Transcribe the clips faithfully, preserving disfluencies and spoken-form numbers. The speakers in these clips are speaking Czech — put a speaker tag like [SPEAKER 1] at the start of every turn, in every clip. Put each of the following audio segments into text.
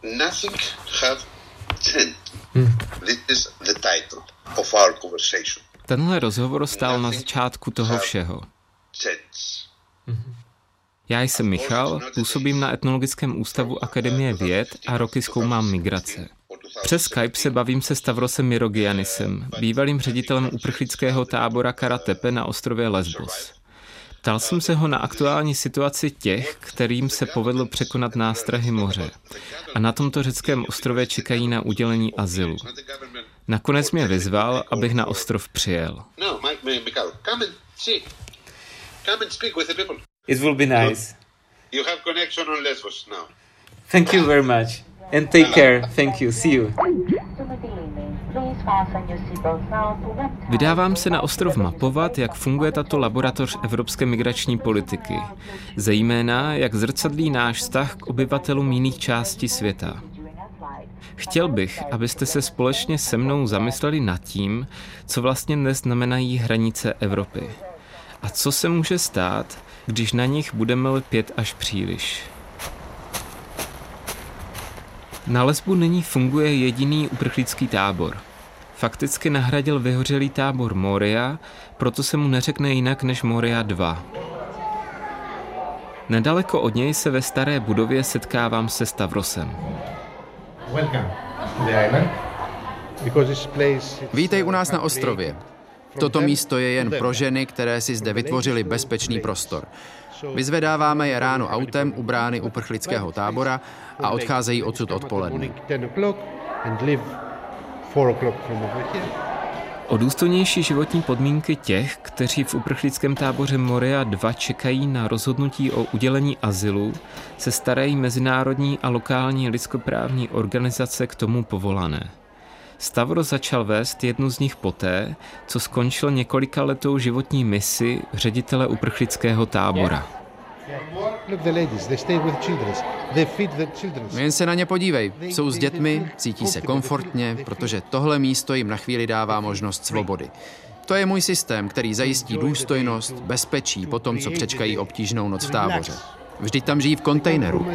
[SPEAKER 1] Nothing have changed. Hmm. This is the title of our conversation.
[SPEAKER 2] Tenhle rozhovor stál na začátku toho všeho. Já jsem Michal, působím na Etnologickém ústavu Akademie věd a roky zkoumám migrace. Přes Skype se bavím se Stavrosem Mirogiannisem, bývalým ředitelem uprchlického tábora Kara Tepe na ostrově Lesbos. Ptal jsem se ho na aktuální situaci těch, kterým se povedlo překonat nástrahy moře a na tomto řeckém ostrově čekají na udělení azylu. Nakonec mě vyzval, abych na ostrov přijel.
[SPEAKER 3] It will be nice. You have connection on Lesbos now. Thank you very much. And take care. Thank you. See you.
[SPEAKER 2] Vydávám se na ostrov mapovat, jak funguje tato laboratoř evropské migrační politiky. Zejména, jak zrcadlí náš vztah k obyvatelům jiných částí světa. Chtěl bych, abyste se společně se mnou zamysleli nad tím, co vlastně dnes znamenají hranice Evropy. A co se může stát, když na nich budeme lpět až příliš. Na Lesbu nyní funguje jediný uprchlický tábor. Fakticky nahradil vyhořelý tábor Moria, proto se mu neřekne jinak než Moria dva. Nedaleko od něj se ve staré budově setkávám se Stavrosem.
[SPEAKER 4] Vítej u nás na ostrově. Toto místo je jen pro ženy, které si zde vytvořily bezpečný prostor. Vyzvedáváme je ráno autem u brány uprchlického tábora a odcházejí odsud odpoledne.
[SPEAKER 2] O důstojnější životní podmínky těch, kteří v uprchlickém táboře Moria dva čekají na rozhodnutí o udělení azylu, se starají mezinárodní a lokální lidskoprávní organizace k tomu povolané. Stavros začal vést jednu z nich poté, co skončil několikaletou životní misi ředitele uprchlického tábora.
[SPEAKER 4] Jen se na ně podívej. Jsou s dětmi, cítí se komfortně, protože tohle místo jim na chvíli dává možnost svobody. To je můj systém, který zajistí důstojnost, bezpečí po tom, co přečkají obtížnou noc v táboře. Vždyť tam žijí v kontejneru.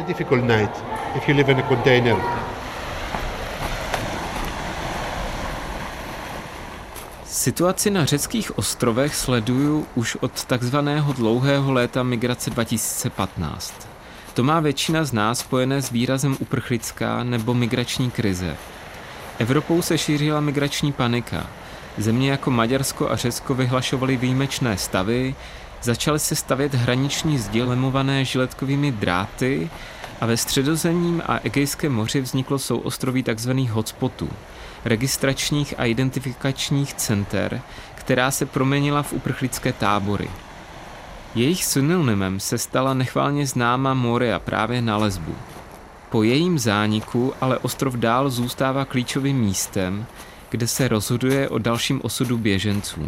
[SPEAKER 2] Situaci na řeckých ostrovech sleduju už od takzvaného dlouhého léta migrace dva tisíce patnáct. To má většina z nás spojené s výrazem uprchlická nebo migrační krize. Evropou se šířila migrační panika. Země jako Maďarsko a Řecko vyhlašovaly výjimečné stavy, začaly se stavět hraniční zdi lemované žiletkovými dráty a ve Středozemním a Egejském moři vzniklo souostroví tzv. Hotspotů, registračních a identifikačních center, která se proměnila v uprchlické tábory. Jejich synonymem se stala nechvalně známá Moria právě na Lesbu. Po jejím zániku ale ostrov dál zůstává klíčovým místem, kde se rozhoduje o dalším osudu běženců.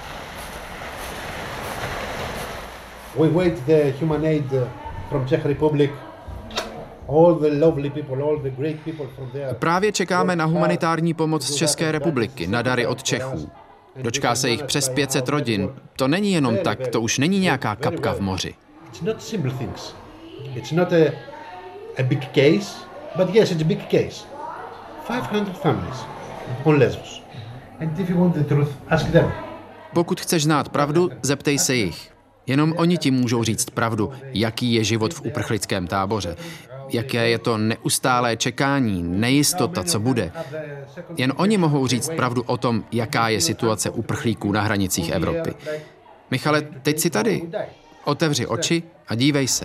[SPEAKER 5] We wait the human aid from Czech Republic. All the lovely people, all the great people from there.
[SPEAKER 4] Právě čekáme na humanitární pomoc z České republiky, na dary od Čechů. Dočká se jich přes pět set rodin. To není jenom tak, to už není nějaká kapka v moři.
[SPEAKER 5] It's not simple things. It's not a, a big case, but yes, it's a big case. five hundred families on Lesbos. And if you want the truth, ask them.
[SPEAKER 4] Pokud chceš znát pravdu, zeptej se jich. Jenom oni ti můžou říct pravdu, jaký je život v uprchlickém táboře. Jaké je to neustálé čekání, nejistota, co bude. Jen oni mohou říct pravdu o tom, jaká je situace uprchlíků na hranicích Evropy. Michale, teď jsi tady. Otevři oči a dívej se.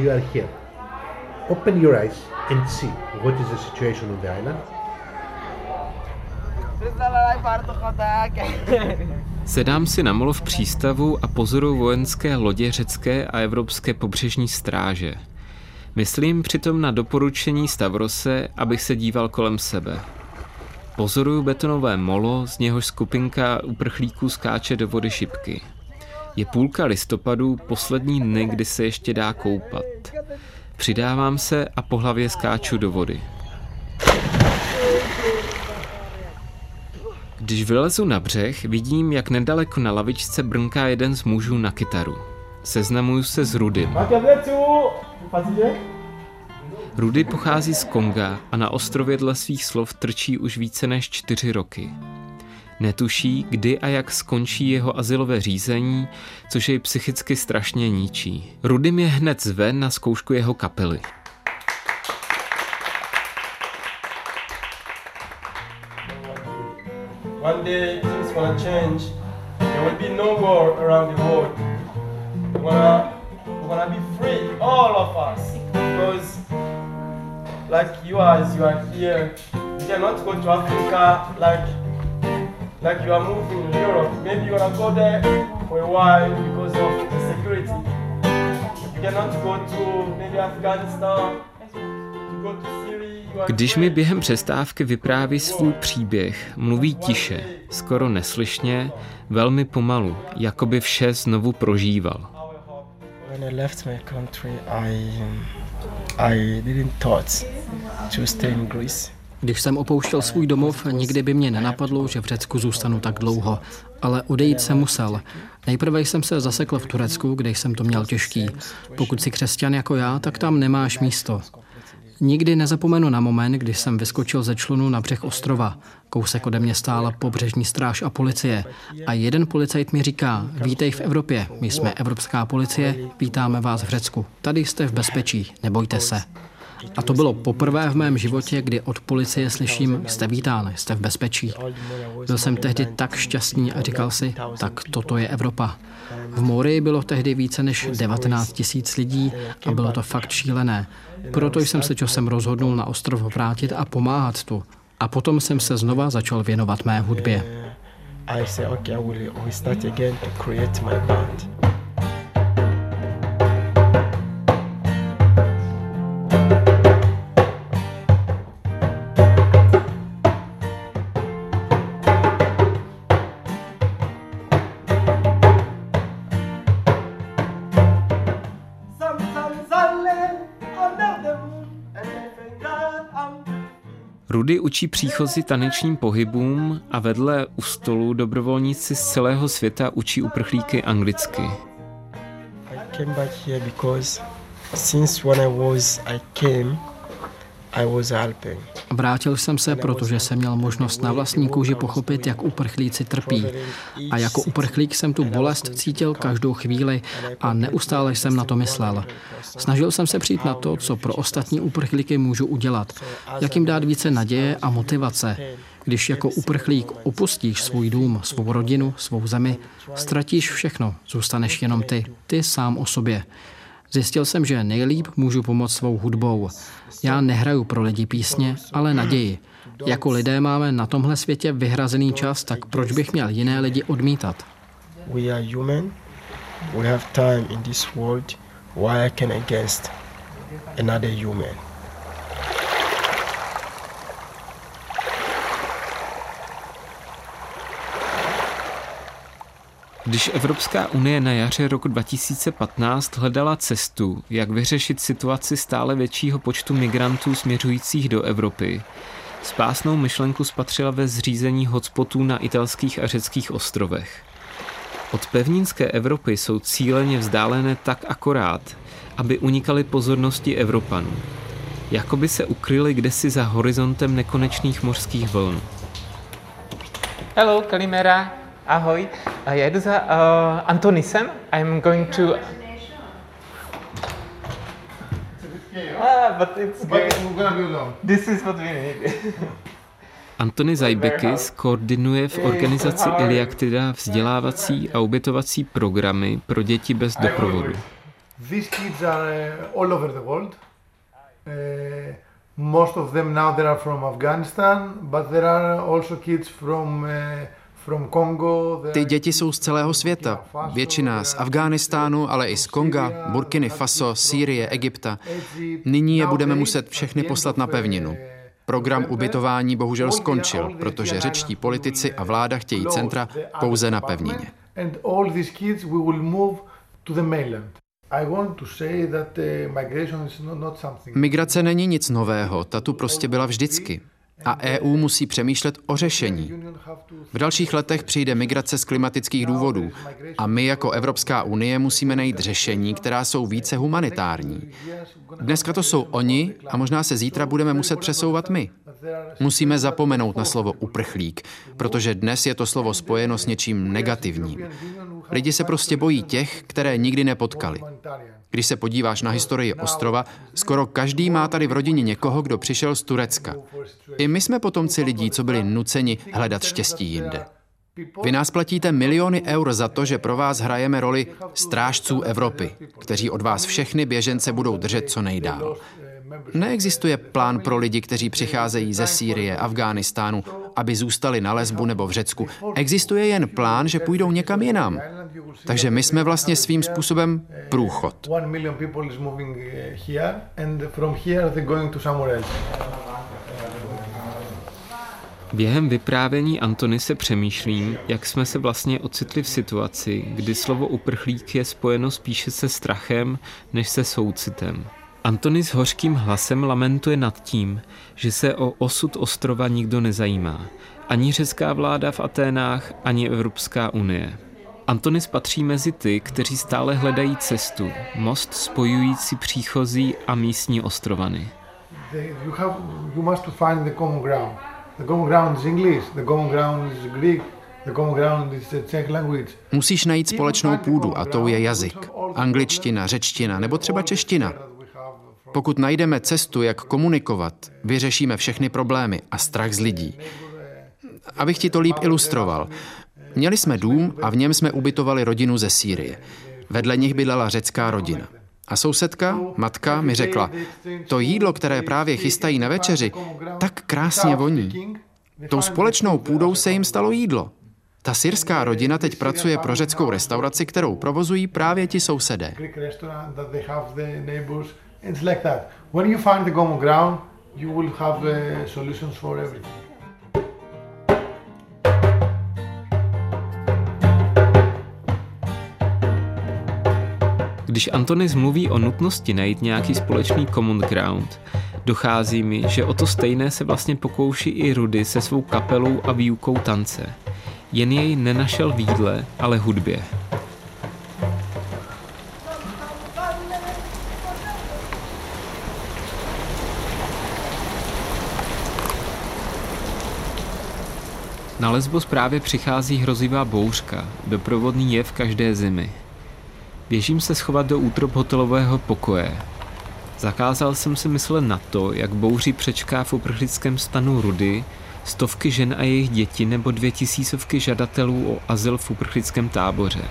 [SPEAKER 2] Sedám si na molo v přístavu a pozoruju vojenské lodě řecké a evropské pobřežní stráže. Myslím přitom na doporučení Stavrose, abych se díval kolem sebe. Pozoruju betonové molo, z něhož skupinka uprchlíků skáče do vody šipky. Je půlka listopadu, poslední dny, kdy se ještě dá koupat. Přidávám se a po hlavě skáču do vody. Když vylezu na břeh, vidím, jak nedaleko na lavičce brnká jeden z mužů na kytaru. Seznamuju se s Rudym. Rudy pochází z Konga a na ostrově dle svých slov trčí už více než čtyři roky. Netuší, kdy a jak skončí jeho azylové řízení, což jej psychicky strašně ničí. Rudy mě hned zve na zkoušku jeho kapely.
[SPEAKER 6] One day things gonna change. There will be no war around the world. We're gonna, we're gonna be free, all of us. Because like you as you are here, you cannot go to Africa like like you are moving in Europe. Maybe you're gonna go there for a while because of the security. You cannot go to maybe Afghanistan, you go to Syria.
[SPEAKER 2] Když mi během přestávky vypráví svůj příběh, mluví tiše, skoro neslyšně, velmi pomalu, jako by vše znovu prožíval.
[SPEAKER 6] When I left my country, I I didn't thought to stay in Greece.
[SPEAKER 7] Když jsem opouštěl svůj domov, nikdy by mě nenapadlo, že v Řecku zůstanu tak dlouho, ale odejít jsem musel. Nejprve jsem se zasekl v Turecku, kde jsem to měl těžký. Pokud jsi křesťan jako já, tak tam nemáš místo. Nikdy nezapomenu na moment, když jsem vyskočil ze člunu na břeh ostrova. Kousek ode mě stála pobřežní stráž a policie. A jeden policajt mi říká, vítej v Evropě, my jsme Evropská policie, vítáme vás v Řecku. Tady jste v bezpečí, nebojte se. A to bylo poprvé v mém životě, kdy od policie slyším, jste vítán, jste v bezpečí. Byl jsem tehdy tak šťastný a říkal si, tak toto je Evropa. V Morii bylo tehdy více než devatenáct tisíc lidí a bylo to fakt šílené. Proto jsem se časem rozhodnul na ostrov vrátit a pomáhat tu. A potom jsem se znova začal věnovat mé hudbě.
[SPEAKER 6] I say, okay, I will restart again to create my band.
[SPEAKER 2] Rudy učí příchozí tanečním pohybům a vedle u stolu dobrovolníci z celého světa učí uprchlíky anglicky.
[SPEAKER 6] I came back here because since when I was I came I was helping.
[SPEAKER 7] Vrátil jsem se, protože jsem měl možnost na vlastní kůži pochopit, jak uprchlíci trpí. A jako uprchlík jsem tu bolest cítil každou chvíli a neustále jsem na to myslel. Snažil jsem se přijít na to, co pro ostatní uprchlíky můžu udělat. Jak jim dát více naděje a motivace. Když jako uprchlík opustíš svůj dům, svou rodinu, svou zemi, ztratíš všechno, zůstaneš jenom ty, ty sám o sobě. Zjistil jsem, že nejlíp můžu pomoct svou hudbou. Já nehraju pro lidi písně, ale naději. Jako lidé máme na tomhle světě vyhrazený čas, tak proč bych měl jiné lidi odmítat?
[SPEAKER 6] We are human. We have time in this world. Why I can against another human?
[SPEAKER 2] Když Evropská unie na jaře roku dva tisíce patnáct hledala cestu, jak vyřešit situaci stále většího počtu migrantů směřujících do Evropy, spásnou myšlenku spatřila ve zřízení hotspotů na italských a řeckých ostrovech. Od pevninské Evropy jsou cíleně vzdálené tak akorát, aby unikaly pozornosti Evropanů. Jakoby se ukryli kdesi za horizontem nekonečných mořských vln.
[SPEAKER 3] Hello, Kalimera. Ahoj, já jedu za uh, Antonisem. I'm going to... Ah, but it's good. This is what we need.
[SPEAKER 2] Antony Zajbekis koordinuje v organizaci Iliaktida vzdělávací a ubytovací programy pro děti bez doprovodu.
[SPEAKER 8] These kids are all over the world. Uh, most of them now they are from Afghanistan, but there are also kids from uh,
[SPEAKER 4] Ty děti jsou z celého světa. Většina z Afghánistánu, ale i z Konga, Burkiny Faso, Sýrie, Egypta. Nyní je budeme muset všechny poslat na pevninu. Program ubytování bohužel skončil, protože řečtí politici a vláda chtějí centra pouze na pevnině. Migrace není nic nového, ta tu prostě byla vždycky. A E U musí přemýšlet o řešení. V dalších letech přijde migrace z klimatických důvodů a my jako Evropská unie musíme najít řešení, která jsou více humanitární. Dneska to jsou oni a možná se zítra budeme muset přesouvat my. Musíme zapomenout na slovo uprchlík, protože dnes je to slovo spojeno s něčím negativním. Lidi se prostě bojí těch, které nikdy nepotkali. Když se podíváš na historii ostrova, skoro každý má tady v rodině někoho, kdo přišel z Turecka. I my jsme potomci lidí, co byli nuceni hledat štěstí jinde. Vy nás platíte miliony eur za to, že pro vás hrajeme roli strážců Evropy, kteří od vás všechny běžence budou držet co nejdál. Neexistuje plán pro lidi, kteří přicházejí ze Sýrie, Afghánistánu, aby zůstali na Lesbu nebo v Řecku. Existuje jen plán, že půjdou někam jinam. Takže my jsme vlastně svým způsobem průchod.
[SPEAKER 2] Během vyprávění Antonise přemýšlím, jak jsme se vlastně ocitli v situaci, kdy slovo uprchlík je spojeno spíše se strachem, než se soucitem. Antonis hořkým hlasem lamentuje nad tím, že se o osud ostrova nikdo nezajímá. Ani řecká vláda v Aténách, ani Evropská unie. Antonis patří mezi ty, kteří stále hledají cestu, most spojující příchozí a místní ostrovany.
[SPEAKER 8] You have, you must find the common ground. The common ground is English, the common ground is Greek, the common ground is the Czech language.
[SPEAKER 4] Musíš najít společnou půdu a tou je jazyk. Angličtina, řečtina nebo třeba čeština. Pokud najdeme cestu, jak komunikovat, vyřešíme všechny problémy a strach z lidí. Abych ti to líp ilustroval. Měli jsme dům a v něm jsme ubytovali rodinu ze Sýrie. Vedle nich bydlela řecká rodina. A sousedka, matka, mi řekla, to jídlo, které právě chystají na večeři, tak krásně voní. Tou společnou půdou se jim stalo jídlo. Ta syrská rodina teď pracuje pro řeckou restauraci, kterou provozují právě ti sousedé.
[SPEAKER 8] It's like that. When you find the common ground, you will have uh, solutions for everything.
[SPEAKER 2] Když Antonis mluví o nutnosti najít nějaký společný common ground, dochází mi, že o to stejné se vlastně pokouší i Rudy se svou kapelou a výukou tance. Jen jej nenašel v jídle, ale hudbě. Na Lesbos právě přichází hrozivá bouřka, doprovodný jev každé zimy. Běžím se schovat do útrop hotelového pokoje. Zakázal jsem si myslet na to, jak bouři přečká v uprchlickém stanu Rudy, stovky žen a jejich děti nebo dvě tisícovky žadatelů o azyl v uprchlickém táboře.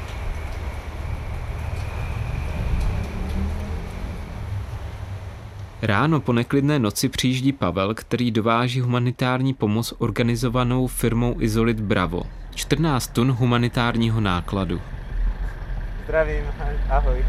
[SPEAKER 2] Ráno po neklidné noci přijíždí Pavel, který dováží humanitární pomoc organizovanou firmou Isolit Bravo. čtrnáct tun humanitárního nákladu.
[SPEAKER 3] Zdravím, ahoj.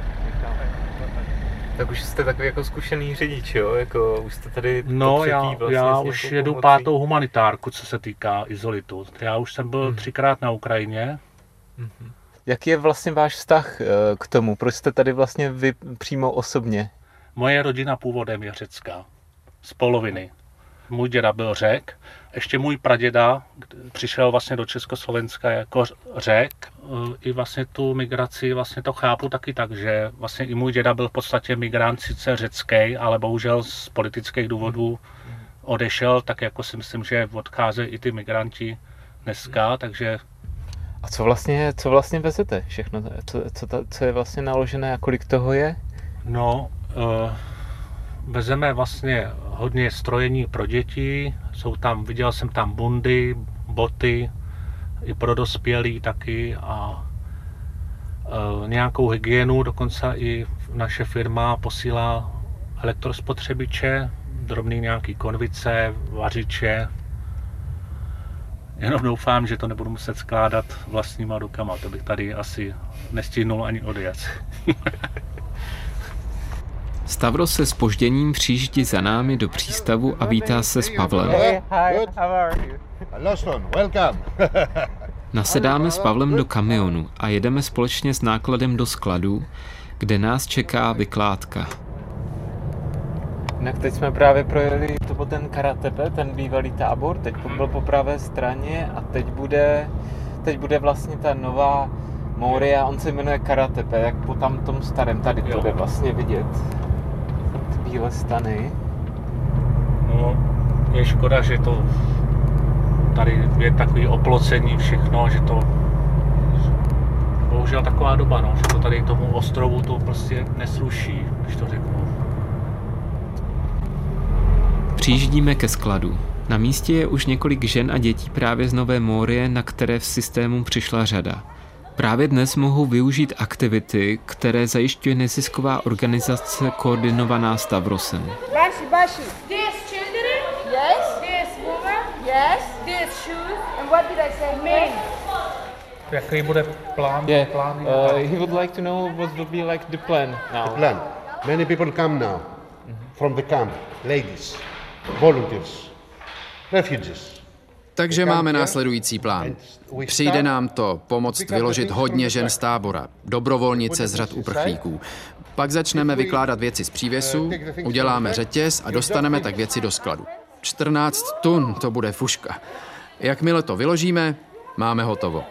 [SPEAKER 3] Tak už jste takový jako zkušený řidič, jo? Jako už jste tady
[SPEAKER 9] No, já, vlastně já už jedu pomocí. pátou humanitárku, co se týká Isolitu. Já už jsem byl hmm. třikrát na Ukrajině.
[SPEAKER 3] Hmm. Jaký je vlastně váš vztah k tomu? Proč jste tady vlastně vy přímo osobně?
[SPEAKER 9] Moje rodina původem je řecká, z poloviny. Můj děda byl Řek, ještě můj praděda přišel vlastně do Československa jako Řek. I vlastně tu migraci vlastně to chápu taky tak, že vlastně i můj děda byl v podstatě migrant sice řecký, ale bohužel z politických důvodů odešel, tak jako si myslím, že odcházejí i ty migranti dneska, takže...
[SPEAKER 3] A co vlastně, co vlastně vezete všechno? Co, co, ta, co je vlastně naložené a kolik toho je?
[SPEAKER 9] No, uh, vezeme vlastně hodně strojení pro děti, jsou tam, viděl jsem tam bundy, boty, i pro dospělí taky a uh, nějakou hygienu, dokonce i naše firma posílá elektrospotřebiče, drobný nějaký konvice, vařiče. Jenom doufám, že to nebudu muset skládat vlastníma rukama, to bych tady asi nestihnul ani odjet.
[SPEAKER 2] Stavros se zpožděním přijíždí za námi do přístavu a vítá se s Pavlem. Nasedáme s Pavlem do kamionu a jedeme společně s nákladem do skladu, kde nás čeká vykládka. Jinak teď jsme právě projeli, to byl ten Karatepe, ten bývalý tábor, teď byl po pravé straně a teď bude, teď bude vlastně ta nová Moria, on se jmenuje Karatepe, jak po tam tom starém, tady to jde vlastně vidět, ty bílé stany.
[SPEAKER 9] No, je škoda, že to tady je takový oplocení všechno, že to bohužel taková doba, no, že to tady tomu ostrovu to prostě nesluší, když to řeknu.
[SPEAKER 2] Přijíždíme ke skladu. Na místě je už několik žen a dětí právě z Nové Morie, na které v systému přišla řada. Právě dnes mohou využít aktivity, které zajišťuje nezisková organizace koordinovaná Stavrosem.
[SPEAKER 10] Bashi, bashi. This children? Yes. This woman? Yes. This shoes? And what did I say? Men.
[SPEAKER 9] Jaký bude plán?
[SPEAKER 2] Yeah. Plán uh, he would like to know what will be like the plan now.
[SPEAKER 5] The plan. Many people come now mm-hmm. from the camp. Ladies, volunteers, refugees.
[SPEAKER 4] Takže máme následující plán. Přijde nám to pomoct vyložit hodně žen z tábora, dobrovolnice z řad uprchlíků. Pak začneme vykládat věci z přívěsů, uděláme řetěz a dostaneme tak věci do skladu. čtrnáct tun, to bude fuška. Jakmile to vyložíme, máme hotovo.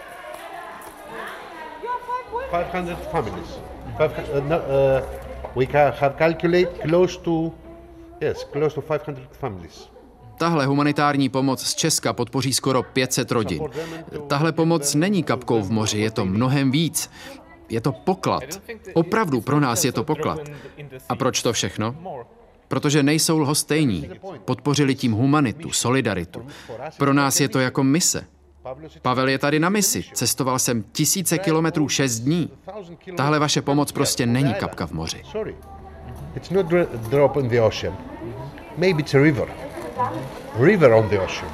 [SPEAKER 5] five hundred families. Five, uh, no, uh, we can have calculate close to, yes, close to five hundred families.
[SPEAKER 4] Tahle humanitární pomoc z Česka podpoří skoro pět set rodin. Tahle pomoc není kapkou v moři, je to mnohem víc. Je to poklad. Opravdu pro nás je to poklad. A proč to všechno? Protože nejsou lhostejní. Podpořili tím humanitu, solidaritu. Pro nás je to jako mise. Pavel je tady na misi. Cestoval jsem tisíce kilometrů šest dní. Tahle vaše pomoc prostě není kapka v moři.
[SPEAKER 5] It's not a drop in the ocean. Maybe it's a river. River on the ocean.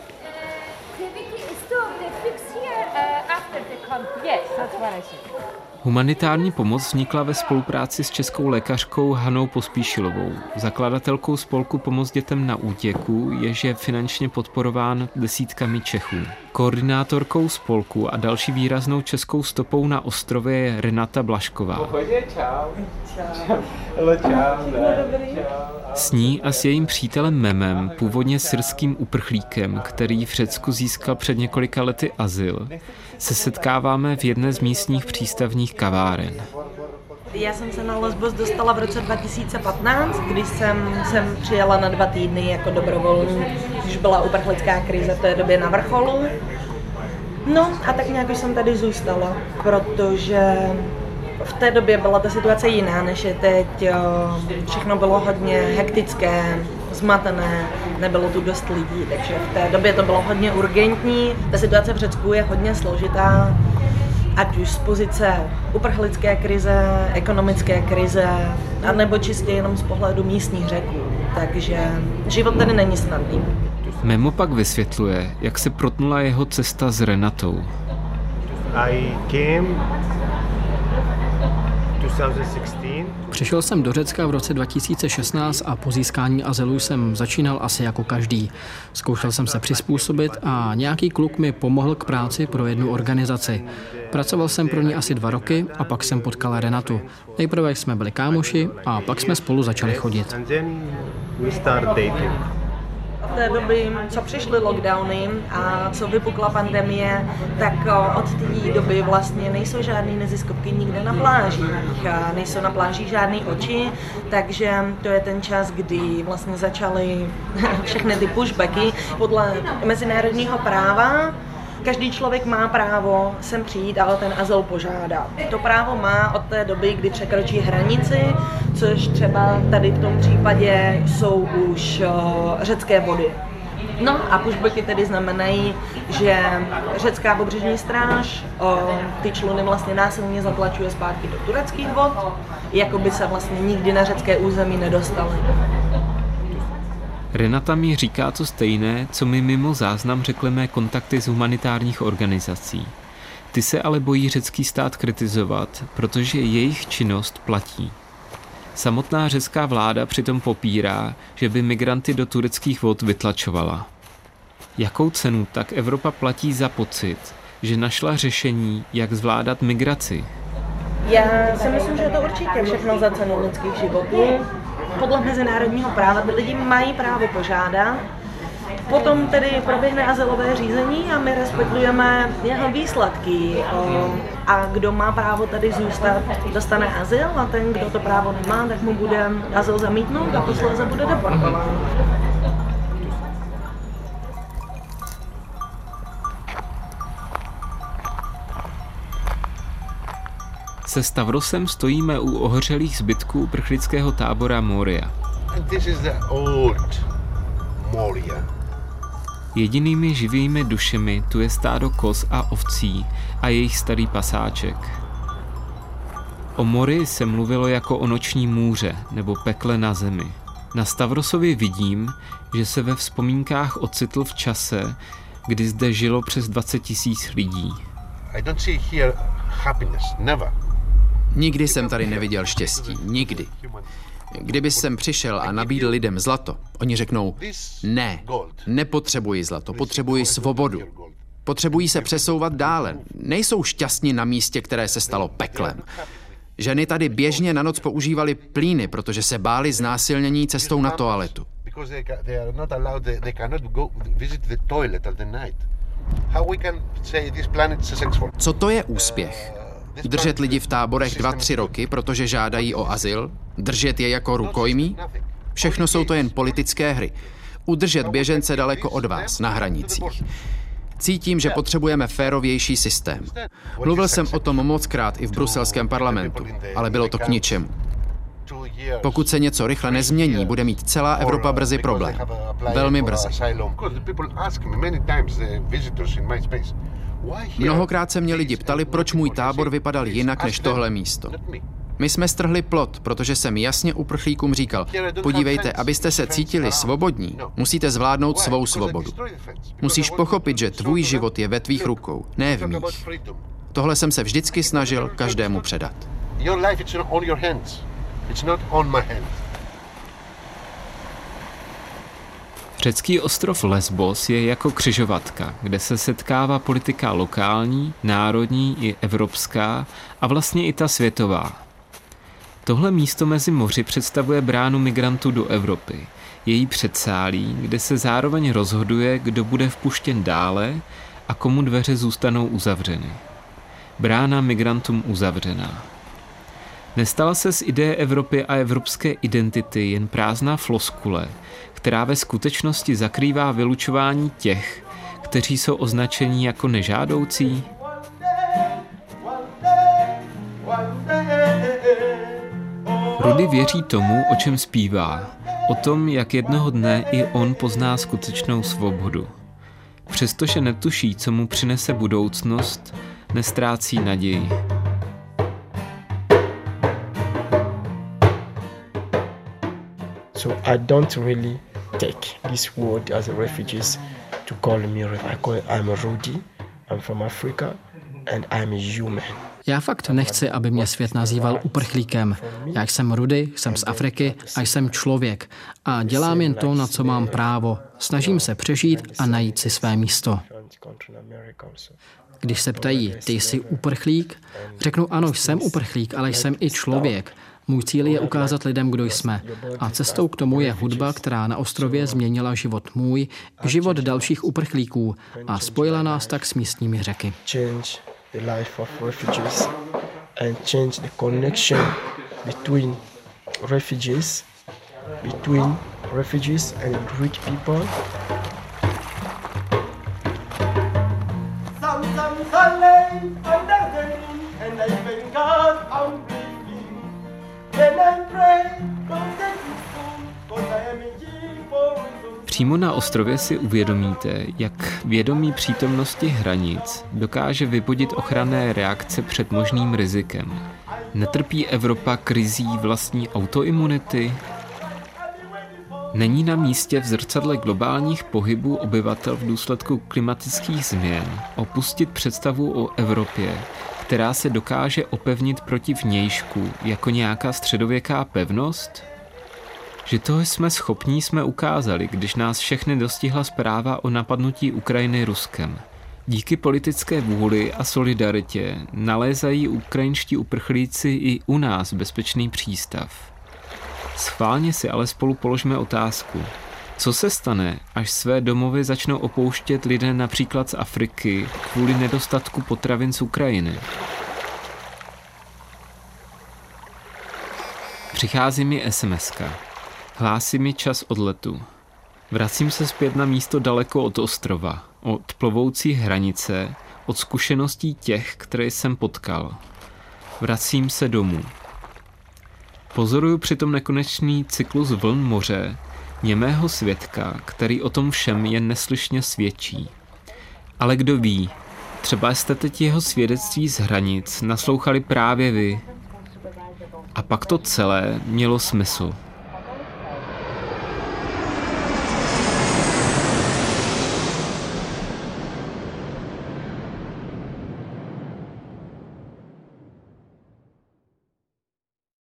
[SPEAKER 2] Humanitární pomoc vznikla ve spolupráci s českou lékařkou Hanou Pospíšilovou, zakladatelkou spolku Pomoc dětem na útěku, jež je finančně podporován desítkami Čechů. Koordinátorkou spolku a další výraznou českou stopou na ostrově je Renata Blašková. S ní a s jejím přítelem Memem, původně syrským uprchlíkem, který v Řecku získal před několika lety azyl, se setkáváme v jedné z místních přístavních kaváren.
[SPEAKER 11] Já jsem se na Lesbos dostala v roce dva tisíce patnáct, kdy jsem, jsem přijela na dva týdny jako dobrovolník, když byla uprchlická krize v té době na vrcholu. No a tak nějak jsem tady zůstala, protože v té době byla ta situace jiná, než je teď. Všechno bylo hodně hektické, zmatené, nebylo tu dost lidí, takže v té době to bylo hodně urgentní. Ta situace v Řecku je hodně složitá, ať už z pozice uprchlické krize, ekonomické krize, anebo čistě jenom z pohledu místních Řeků. Takže život tady není snadný.
[SPEAKER 2] Memo pak vysvětluje, jak se protnula jeho cesta s Renatou.
[SPEAKER 6] I came
[SPEAKER 7] Přišel jsem do Řecka v roce dva tisíce šestnáct a po získání azylu jsem začínal asi jako každý. Zkoušel jsem se přizpůsobit a nějaký kluk mi pomohl k práci pro jednu organizaci. Pracoval jsem pro ní asi dva roky a pak jsem potkal Renatu. Nejprve jsme byli kámoši a pak jsme spolu začali chodit.
[SPEAKER 11] Od té doby, co přišly lockdowny a co vypukla pandemie, tak od té doby vlastně nejsou žádný neziskovky nikde na plážích, nejsou na plážích žádný oči, takže to je ten čas, kdy vlastně začaly všechny ty pushbacky podle mezinárodního práva. Každý člověk má právo sem přijít a o ten azyl požádat. To právo má od té doby, kdy překročí hranici, což třeba tady v tom případě jsou už uh, řecké vody. No a pushbacky tedy znamenají, že řecká pobřežní stráž uh, ty čluny vlastně násilně zatlačuje zpátky do tureckých vod, jako by se vlastně nikdy na řecké území nedostaly.
[SPEAKER 2] Renata mi říká to stejné, co mi mimo záznam řekly mé kontakty z humanitárních organizací. Ty se ale bojí řecký stát kritizovat, protože jejich činnost platí. Samotná řecká vláda přitom popírá, že by migranty do tureckých vod vytlačovala. Jakou cenu tak Evropa platí za pocit, že našla řešení, jak zvládat migraci?
[SPEAKER 11] Já si myslím, že je to určitě všechno za cenu lidských životů. podle mezinárodního práva ty lidi mají právo požádat. Potom tedy proběhne azylové řízení a my respektujeme jeho výsledky. A kdo má právo tady zůstat, dostane azyl a ten, kdo to právo nemá, tak mu bude azyl zamítnout a posléze bude deportován.
[SPEAKER 2] Se Stavrosem stojíme u ohořelých zbytků uprchlického tábora Moria. Jedinými živými dušemi tu je stádo koz a ovcí a jejich starý pasáček. O Morii se mluvilo jako o noční můře nebo pekle na zemi. Na Stavrosovi vidím, že se ve vzpomínkách ocitl v čase, kdy zde žilo přes dvacet tisíc lidí.
[SPEAKER 5] I don't see here happiness, never.
[SPEAKER 4] Nikdy jsem tady neviděl štěstí. Nikdy. Kdyby jsem přišel a nabídl lidem zlato, oni řeknou, ne, nepotřebuji zlato, potřebuji svobodu. Potřebují se přesouvat dále. Nejsou šťastní na místě, které se stalo peklem. Ženy tady běžně na noc používaly plíny, protože se bály znásilnění cestou na toaletu. Co to je úspěch? Držet lidi v táborech dva, tři roky, protože žádají o azyl? Držet je jako rukojmí? Všechno jsou to jen politické hry. Udržet běžence daleko od vás, na hranicích. Cítím, že potřebujeme férovější systém. Mluvil jsem o tom mockrát i v bruselském parlamentu, ale bylo to k ničemu. Pokud se něco rychle nezmění, bude mít celá Evropa brzy problém. Velmi brzy. Mnohokrát se mě lidi ptali, proč můj tábor vypadal jinak než tohle místo. My jsme strhli plot, protože jsem jasně uprchlíkům říkal, podívejte, abyste se cítili svobodní, musíte zvládnout svou svobodu. Musíš pochopit, že tvůj život je ve tvých rukou, ne v mých. Tohle jsem se vždycky snažil každému předat.
[SPEAKER 2] Řecký ostrov Lesbos je jako křižovatka, kde se setkává politika lokální, národní i evropská a vlastně i ta světová. Tohle místo mezi moři představuje bránu migrantů do Evropy, její předsálí, kde se zároveň rozhoduje, kdo bude vpuštěn dále a komu dveře zůstanou uzavřeny. Brána migrantům uzavřená. Nestala se z ideje Evropy a evropské identity jen prázdná floskule, která ve skutečnosti zakrývá vylučování těch, kteří jsou označeni jako nežádoucí? Rudy věří tomu, o čem zpívá, o tom, jak jednoho dne i on pozná skutečnou svobodu. Přestože netuší, co mu přinese budoucnost, nestrácí naději.
[SPEAKER 12] So I don't really take this word as a refugees to call me. I call it, I'm a Rudy, I'm from Africa and I'm a human.
[SPEAKER 7] Já fakt nechci, aby mě svět nazýval uprchlíkem. Já jsem Rudy, jsem z Afriky a jsem člověk. A dělám jen to, na co mám právo. Snažím se přežít a najít si své místo. Když se ptají, ty jsi uprchlík? Řeknu ano, jsem uprchlík, ale jsem i člověk. Můj cíl je ukázat lidem, kdo jsme. A cestou k tomu je hudba, která na ostrově změnila život můj, život dalších uprchlíků a spojila nás tak s místními řeky.
[SPEAKER 12] The life of refugees and change the connection between refugees, between refugees and rich people.
[SPEAKER 2] Přímo na ostrově si uvědomíte, jak vědomí přítomnosti hranic dokáže vybudit ochranné reakce před možným rizikem. Netrpí Evropa krizí vlastní autoimunity? Není na místě v zrcadle globálních pohybů obyvatel v důsledku klimatických změn opustit představu o Evropě, která se dokáže opevnit proti vnějšku jako nějaká středověká pevnost? Že toho jsme schopní, jsme ukázali, když nás všechny dostihla zpráva o napadnutí Ukrajiny Ruskem. Díky politické vůli a solidaritě nalézají ukrajinští uprchlíci i u nás bezpečný přístav. Schválně si ale spolu položme otázku. Co se stane, až své domovy začnou opouštět lidé například z Afriky kvůli nedostatku potravin z Ukrajiny? Přichází mi esemeska. Hlásí mi čas odletu. Vracím se zpět na místo daleko od ostrova, od plovoucí hranice, od zkušeností těch, které jsem potkal. Vracím se domů. Pozoruju přitom nekonečný cyklus vln moře, němého svědka, který o tom všem jen neslyšně svědčí. Ale kdo ví, třeba jste teď jeho svědectví z hranic naslouchali právě vy. A pak to celé mělo smysl.